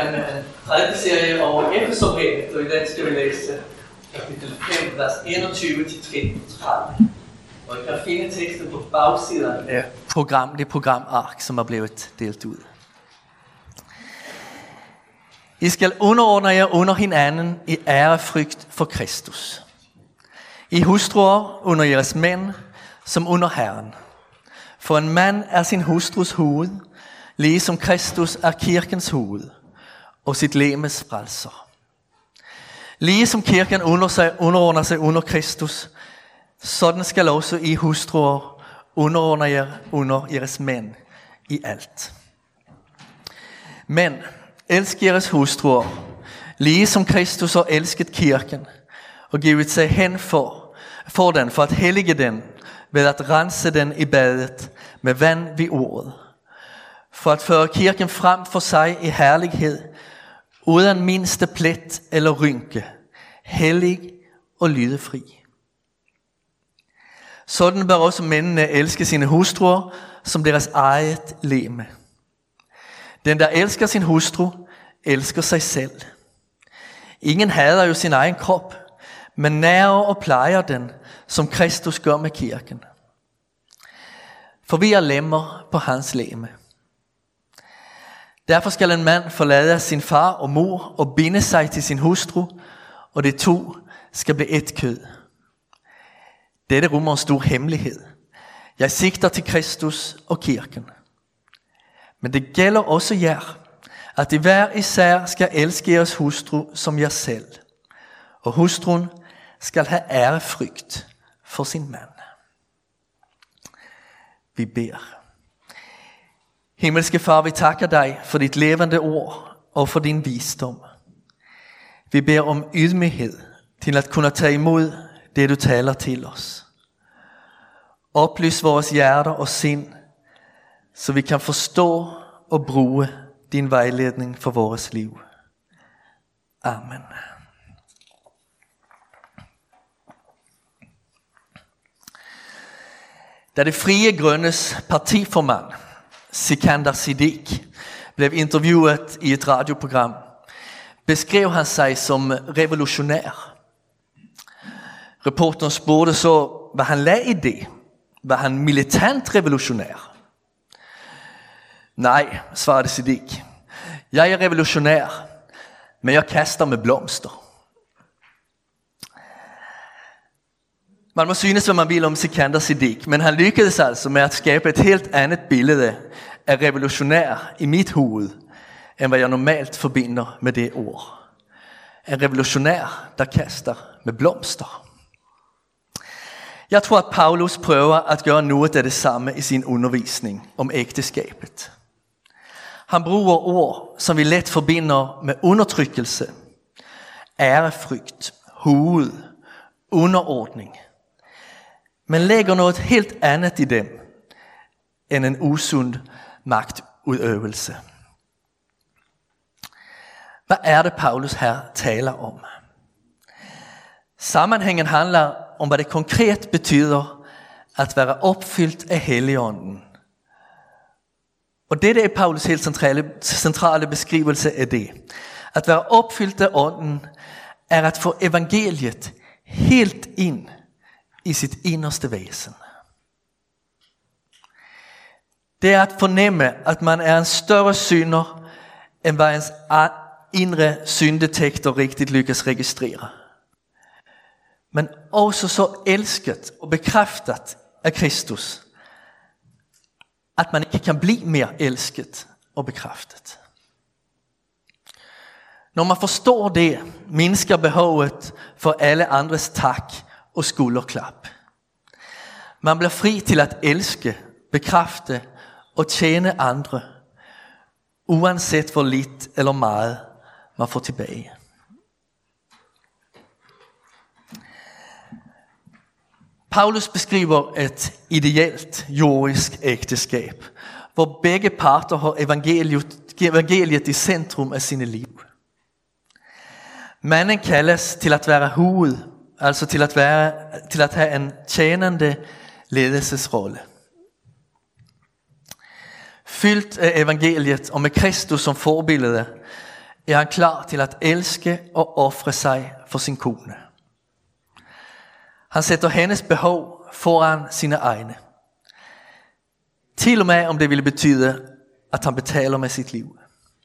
en prædikeserie over Efeserbrevet, og i dag skal vi læse kapitel 5, vers 21-30. Og I kan finde teksten på bagsiden af det programark, som er blevet delt ud. I skal underordne jer under hinanden i ærefrygt for Kristus. I hustruer under jeres mænd, som under Herren. For en mand er sin hustrus hoved, ligesom Kristus er kirkens hoved, og sit legemes frelser. Ligesom kirken underordner sig under Kristus, sådan skal også I hustruer underordne jer under jeres mænd i alt. Men elsk jeres hustruer, ligesom Kristus har elsket kirken, og givet sig hen for den, for at hellige den, ved at rense den i badet med vand ved ordet, for at føre kirken frem for sig i herlighed, uden mindste plet eller rynke, hellig og lydefri. Sådan bør også mændene elske sine hustruer som deres eget legeme. Den, der elsker sin hustru, elsker sig selv. Ingen hader jo sin egen krop, men nærer og plejer den, som Kristus gør med kirken. For vi er lemmer på hans legeme. Derfor skal en mand forlade sin far og mor og binde sig til sin hustru, og de to skal blive et kød. Dette rummer en stor hemmelighed. Jeg sigter til Kristus og kirken. Men det gælder også jer, at I hver især skal elske jeres hustru som jer selv. Og hustruen skal have ærefrygt for sin mand. Vi beder. Himmelske Far, vi takker dig for dit levende ord og for din visdom. Vi beder om ydmyghed til at kunne tage imod det, du taler til os. Oplys vores hjerter og sind, så vi kan forstå og bruge din vejledning for vores liv. Amen. Da det Frie Grønnes partiformand, Sikander Siddiq, blev interviewet i et radioprogram, beskrev han sig som revolutionær. Reporteren spurgte så, hvad han lagde i det. Var han militant revolutionær? Nej, svarede Siddiq. Jeg er revolutionær, men jeg kaster med blomster. Man må synes, hvad man vil om Sikander Siddiq, men han lykkedes altså med at skabe et helt andet billede af revolutionær i mit hoved, end hvad jeg normalt forbinder med det ord. En revolutionær, der kaster med blomster. Jeg tror, at Paulus prøver at gøre noget af det samme i sin undervisning om ægteskabet. Han bruger ord, som vi let forbinder med undertrykkelse, ærefrygt, hoved, underordning. Men lægger noget helt andet i dem, end en usund magtudøvelse. Hvad er det, Paulus her taler om? Sammenhængen handler om, hvad det konkret betyder at være opfyldt af Helligånden. Og det er Paulus helt centrale beskrivelse af det. At være opfyldt af ånden er at få evangeliet helt ind i sit inderste væsen. Det er at fornemme, at man er en større synder, end hvad ens indre syndetekter rigtigt lykkes registrere. Men også så elsket og bekræftet af Kristus, at man ikke kan blive mere elsket og bekræftet. Når man forstår det, mindsker behovet for alle andres tak og skulderklap. Man bliver fri til at elske, bekræfte og tjene andre, uanset hvor lidt eller meget man får tilbage. Paulus beskriver et ideelt jordisk ægteskab, hvor begge parter har evangeliet i centrum af sine liv. Manden kaldes til at være hoved, altså til at have en tjenende ledelsesrolle. Fyldt af evangeliet og med Kristus som forbillede, er han klar til at elske og ofre sig for sin kone. Han sætter hendes behov foran sine egne. Til og med om det ville betyde, at han betaler med sit liv.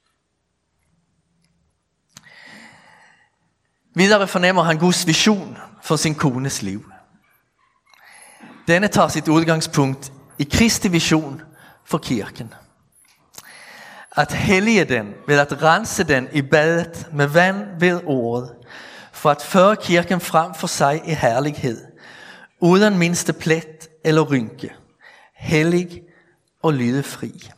Videre fornemmer han Guds vision for sin kones liv. Denne tager sit udgangspunkt i Kristi vision for kirken. At hellige den ved at rense den i badet med vand ved ordet, for at føre kirken frem for sig i herlighed, uden mindste plet eller rynke, hellig og lydefri.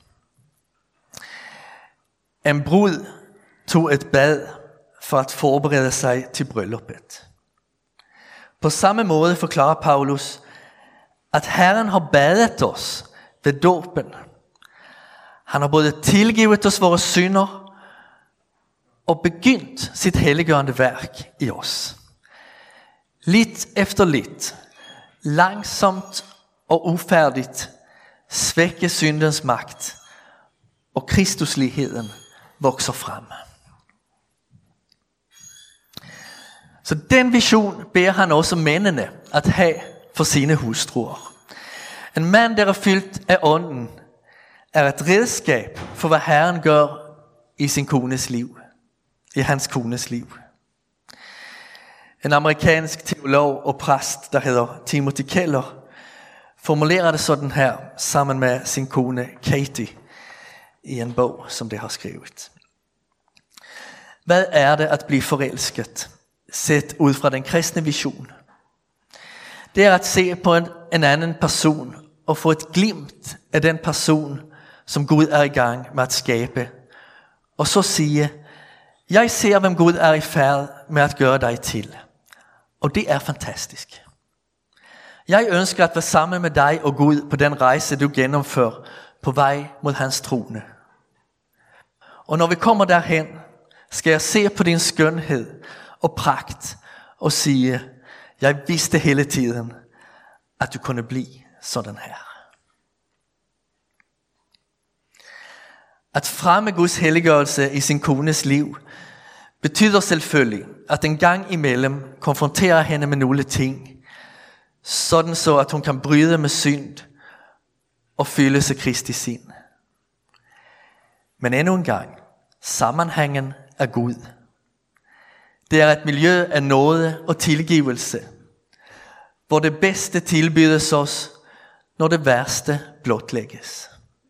En brud tog et bad for at forberede sig til brylluppet. På samme måde forklarer Paulus, at Herren har badet os ved dåben. Han har både tilgivet os vores synder og begyndt sit helliggørende værk i os. Lidt efter lidt, langsomt og ufærdigt, svækker syndens magt, og Kristusligheden vokser frem. Så den vision beder han også mændene at have for sine hustruer. En mand, der er fyldt af ånden, er et redskab for, hvad Herren gør i sin kones liv. I hans kones liv. En amerikansk teolog og præst, der hedder Timothy Keller, formulerer det sådan her, sammen med sin kone Katie, i en bog, som det har skrevet. Hvad er det at blive forelsket, set ud fra den kristne vision? Det er at se på en anden person, og få et glimt af den person, som Gud er i gang med at skabe. Og så sige, jeg ser, hvem Gud er i færd med at gøre dig til. Og det er fantastisk. Jeg ønsker at være sammen med dig og Gud på den rejse, du gennemfører på vej mod hans trone. Og når vi kommer derhen, skal jeg se på din skønhed og pragt og sige, jeg vidste hele tiden, at du kunne blive sådan her. At fremme Guds helliggørelse i sin kones liv, betyder selvfølgelig, at en gang imellem konfronterer hende med nogle ting, sådan så at hun kan bryde med synd og fylde sig Kristi sind. Men endnu en gang, sammenhængen er Gud. Det er et miljø af nåde og tilgivelse, hvor det bedste tilbydes os, når det værste blotlægges.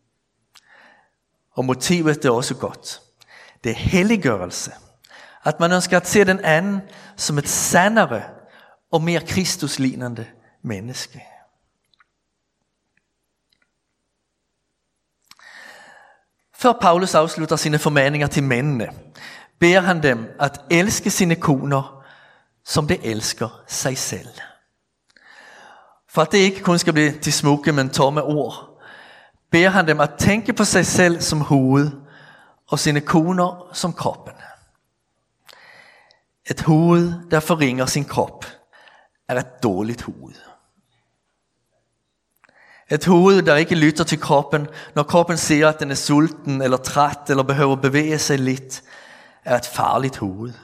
Og motivet er også godt. Det er helliggørelse. At man ønsker at se den anden som et sandere og mere Kristuslignende menneske. Før Paulus afslutter sine formaninger til mændene, beder han dem at elske sine koner, som de elsker sig selv. For at det ikke kun skal blive til smukke, men tomme ord, beder han dem at tænke på sig selv som hoved, og sine koner som kroppen. Et hoved, der forringer sin krop, er et dårligt hoved. Et hoved, der ikke lytter til kroppen, når kroppen siger, at den er sulten eller træt eller behøver bevæge sig lidt, er et farligt hoved.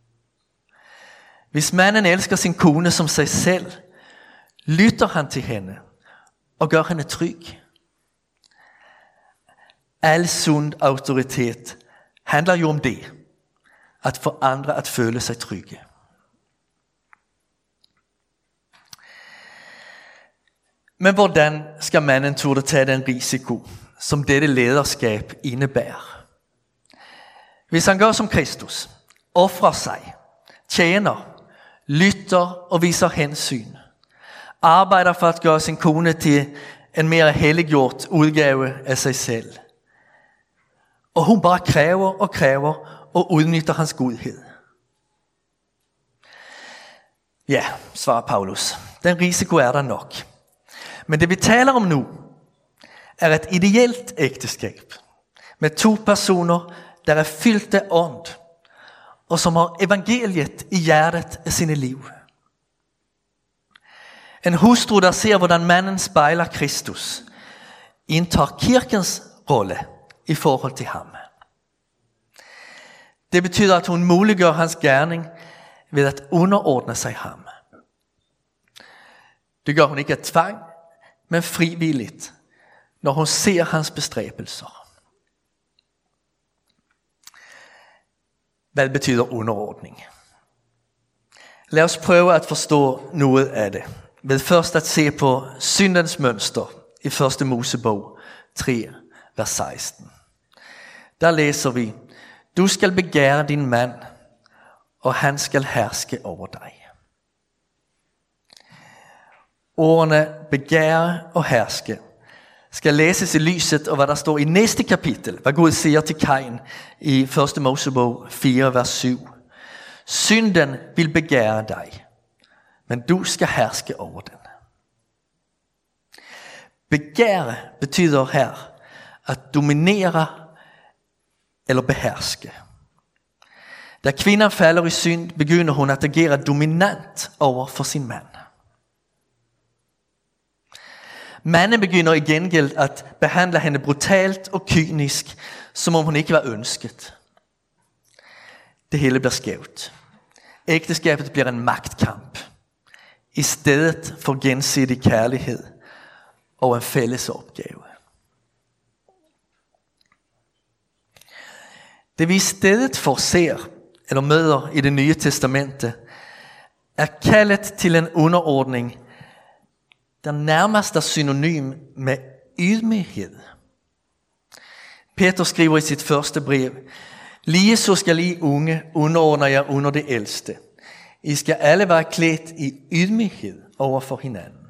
Hvis manden elsker sin kone som sig selv, lytter han til hende og gør hende tryg. Al sund autoritet handler jo om det, at få andre at føle sig trygge. Men hvordan skal manden turde tage den risiko, som dette lederskab indebærer? Hvis han gør som Kristus, offrer sig, tjener, lytter og viser hensyn, arbejder for at gøre sin kone til en mere helliggjort udgave af sig selv, og hun bare kræver og udnytter hans godhed. Ja, svarer Paulus, den risiko er der nok. Men det vi taler om nu, er et ideelt ægteskab med to personer, der er fyldt af ånd, og som har evangeliet i hjertet af sine liv. En hustru, der ser, hvordan manden spejler Kristus, indtager kirkens rolle i forhold til ham. Det betyder, at hun muliggør hans gerning ved at underordne sig ham. Det gør hun ikke af tvang, men frivilligt, når hun ser hans bestræbelser. Hvad betyder underordning? Lad os prøve at forstå noget af det, ved først at se på syndens mønster i 1. Mosebog 3, vers 16. Der læser vi: Du skal begære din mand, og han skal herske over dig. Ordene begære og herske skal læses i lyset af, hvad der står i næste kapitel, hvad Gud siger til Kain i 1. Mosebog 4, vers 7. Synden vil begære dig, men du skal herske over den. Begære betyder her at dominere eller beherske. Da kvinden falder i synd, begynder hun at agere dominant over for sin mand. Manden begynder i gengæld at behandle hende brutalt og kynisk, som om hun ikke var ønsket. Det hele bliver skævt. Ægteskabet bliver en magtkamp, i stedet for gensidig kærlighed og en fælles opgave. Det vi i stedet for ser eller møder i det nye testamente, er kaldet til en underordning, der nærmest er synonym med ydmyghed. Peter skriver i sit første brev: Lige så skal I unge underordne jer under det ældste. I skal alle være klædt i ydmyghed over for hinanden.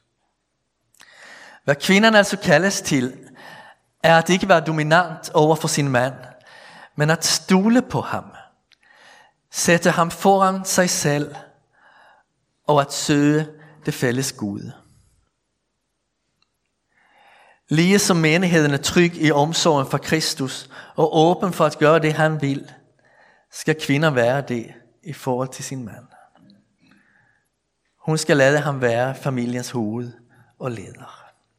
Hvad kvinden altså kaldes til, er at ikke være dominant over for sin mand, men at stole på ham, sætte ham foran sig selv og at søge det fælles Gud. Lige som menigheden er tryg i omsorgen for Kristus og åben for at gøre det, han vil, skal kvinder være det i forhold til sin mand. Hun skal lade ham være familiens hoved og leder.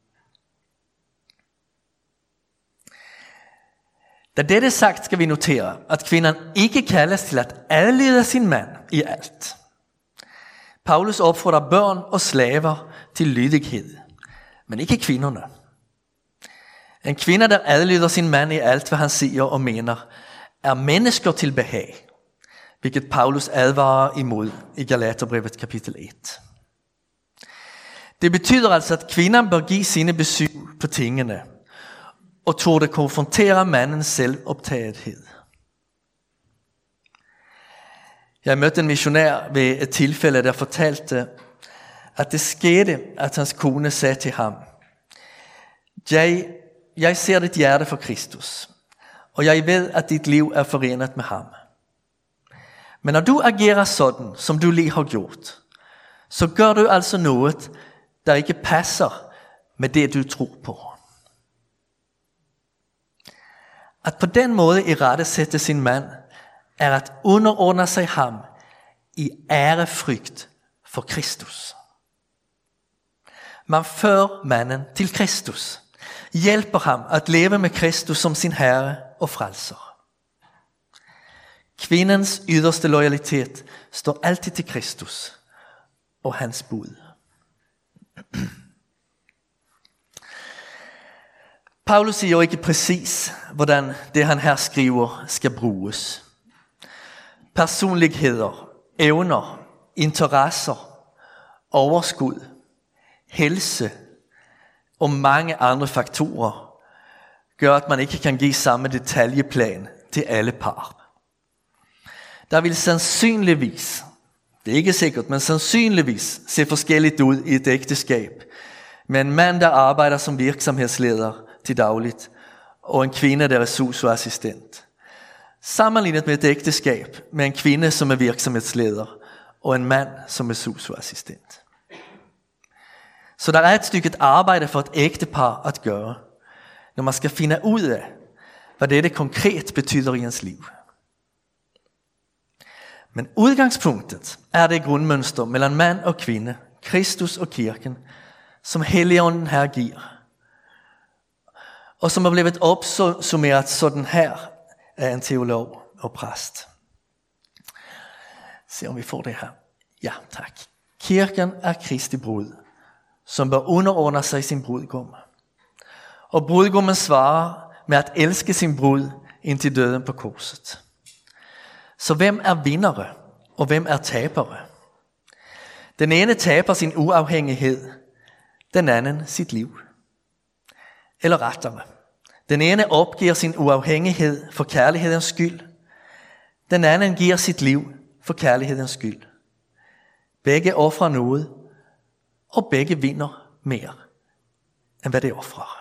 Da dette er sagt, skal vi notere, at kvinden ikke kaldes til at adlyde sin mand i alt. Paulus opfordrer børn og slaver til lydighed, men ikke kvinderne. En kvinde, der adlyder sin mand i alt, hvad han siger og mener, er mennesker til behag, hvilket Paulus advarer imod i Galaterbrevet kapitel 1. Det betyder altså, at kvinden bør give sine besøg på tingene, og turde konfrontere mandens selvoptagethed. Jeg mødte en missionær ved et tilfælde, der fortalte, at det skete, at hans kone sagde til ham: Jeg ser dit hjerte for Kristus, og jeg ved, at dit liv er forenet med ham. Men når du agerer sådan, som du lige har gjort, så gør du altså noget, der ikke passer med det, du tror på. At på den måde irettesætte sin mand, er at underordne sig ham i ærefrygt for Kristus. Man fører manden til Kristus, hjælper ham at leve med Kristus som sin herre og frelser. Kvindens yderste loyalitet står altid til Kristus og hans bud. Paulus siger jo ikke præcis, hvordan det han her skriver skal bruges. Personligheder, evner, interesser, overskud, helse og mange andre faktorer gør, at man ikke kan give samme detaljeplan til alle par. Der vil sandsynligvis, det er ikke sikkert, men sandsynligvis se forskelligt ud i et ægteskab med en mand, der arbejder som virksomhedsleder til dagligt, og en kvinde, der er sosu-assistent. Sammenlignet med et ægteskab med en kvinde, som er virksomhedsleder, og en mand, som er sosu-assistent. Så der er et stykke arbejde for et ægtepar at gøre, når man skal finde ud af, hvad det konkret betyder i ens liv. Men udgangspunktet er det grundmønster mellem mand og kvinde, Kristus og kirken, som Helligånden her giver. Og som er blevet opsummeret sådan her af en teolog, og præst. Se om vi får det her. Ja, tak. Kirken er Kristi brud, som bør underordne sig sin brudgom. Og brudgommen svarer med at elske sin brud indtil døden på korset. Så hvem er vindere, og hvem er tabere? Den ene taber sin uafhængighed, den anden sit liv. Eller rettere, den ene opgiver sin uafhængighed for kærlighedens skyld, den anden giver sit liv for kærlighedens skyld. Begge offrer noget, og begge vinder mere, end hvad det offrer.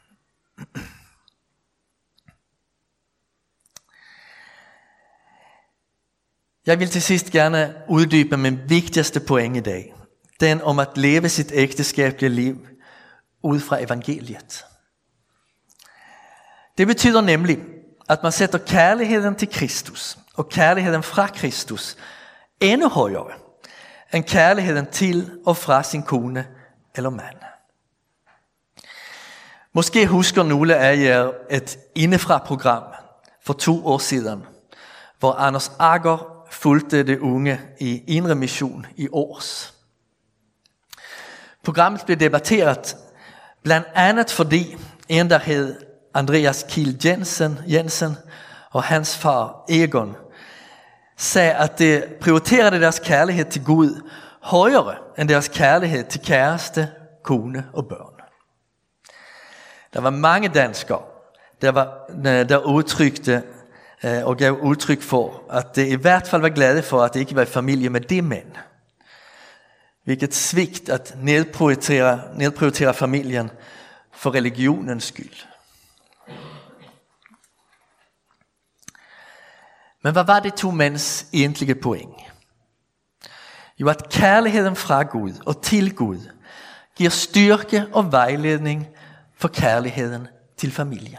Jeg vil til sidst gerne uddybe min vigtigste pointe i dag. Den om at leve sit ægteskabelige liv ud fra evangeliet. Det betyder nemlig, at man sætter kærligheden til Kristus og kærligheden fra Kristus endnu højere end kærligheden til og fra sin kone eller mand. Måske husker nogle af jer et indefra-program for 2 år siden, hvor Anders Agger fulgte det unge i Indre Mission i Års. Programmet blev debatteret blandt andet fordi en, der hed Andreas Kiel Jensen og hans far Egon, sagde, at det prioriterede deres kærlighed til Gud højere end deres kærlighed til kæreste, kone og børn. Der var mange danskere, der udtrykte og gav udtryk for, at det i hvert fald var glade for, at det ikke var i familie med de mænd. Hvilket svigt at nedprioritere familien for religionens skyld. Men hvad var det 2 mænds egentlige poeng? Jo, at kærligheden fra Gud og til Gud giver styrke og vejledning for kærligheden til familien.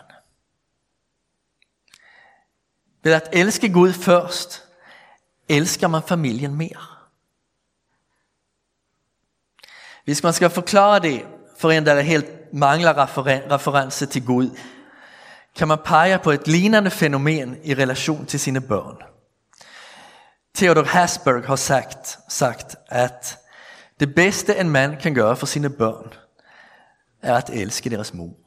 Ved at elske Gud først, elsker man familien mere. Hvis man skal forklare det for en, der helt mangler reference til Gud, kan man pege på et lignende fænomen i relation til sine børn. Theodor Hasberg har sagt, at det bedste en mand kan gøre for sine børn, er at elske deres mor.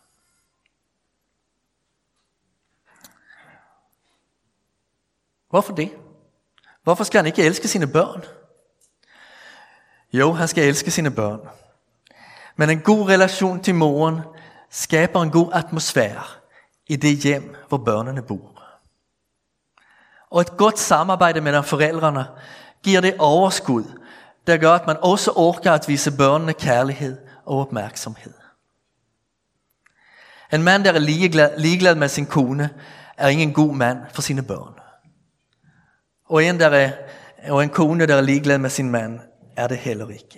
Hvorfor det? Hvorfor skal han ikke elske sine børn? Jo, han skal elske sine børn. Men en god relation til moren skaber en god atmosfære i det hjem, hvor børnene bor. Og et godt samarbejde mellem forældrene giver det overskud, der gør, at man også orker at vise børnene kærlighed og opmærksomhed. En mand, der er ligeglad med sin kone, er ingen god mand for sine børn. Og en kone, der er ligeglad med sin mand, er det heller ikke.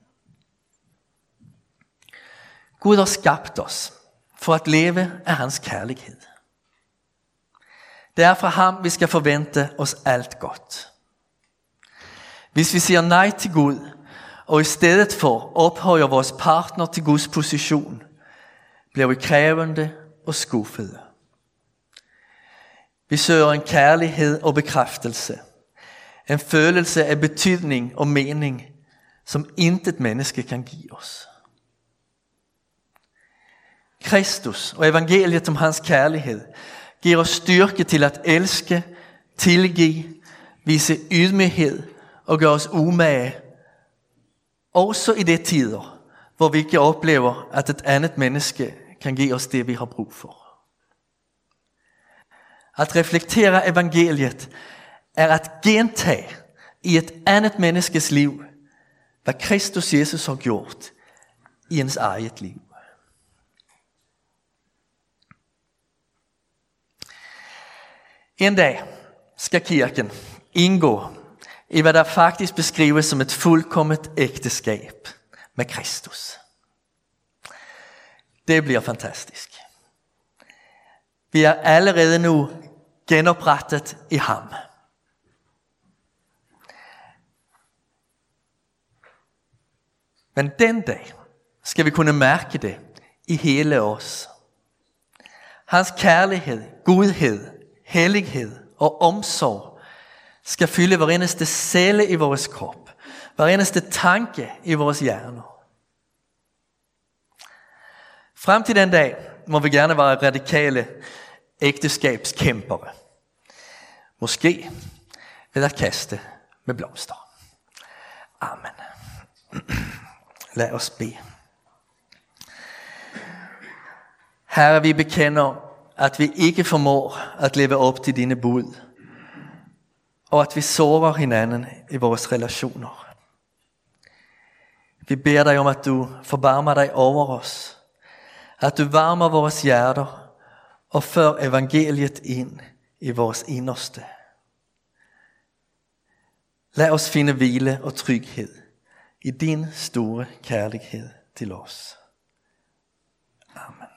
Gud har skabt os for at leve af hans kærlighed. Det er fra ham, vi skal forvente os alt godt. Hvis vi siger nej til Gud, og i stedet for ophøjer vores partner til Guds position, bliver vi krævende og skuffede. Vi søger en kærlighed og bekræftelse, en følelse af betydning og mening, som intet menneske kan give os. Kristus og evangeliet om hans kærlighed giver os styrke til at elske, tilgive, vise ydmyghed og gøre os umage. Også i de tider, hvor vi ikke oplever, at et andet menneske kan give os det, vi har brug for. At reflektere evangeliet er at gentage i et andet menneskes liv, hvad Kristus Jesus har gjort i ens eget liv. En dag skal kirken indgå i hvad der faktisk beskrives som et fuldkommet ægteskab med Kristus. Det bliver fantastisk. Vi er allerede nu genoprettet i ham. Men den dag skal vi kunne mærke det i hele os. Hans kærlighed, godhed, hellighed og omsorg skal fylde hver eneste celle i vores krop, hver eneste tanke i vores hjerner. Frem til den dag må vi gerne være radikale ægteskabskæmpere. Måske ved at kaste med blomster. Amen. Lad os bede. Herre, vi bekender, at vi ikke formår at leve op til dine bud, og at vi sårer hinanden i vores relationer. Vi beder dig om, at du forbarmer dig over os, at du varmer vores hjerter og fører evangeliet ind i vores inderste. Lad os finde hvile og tryghed i din store kærlighed til os. Amen.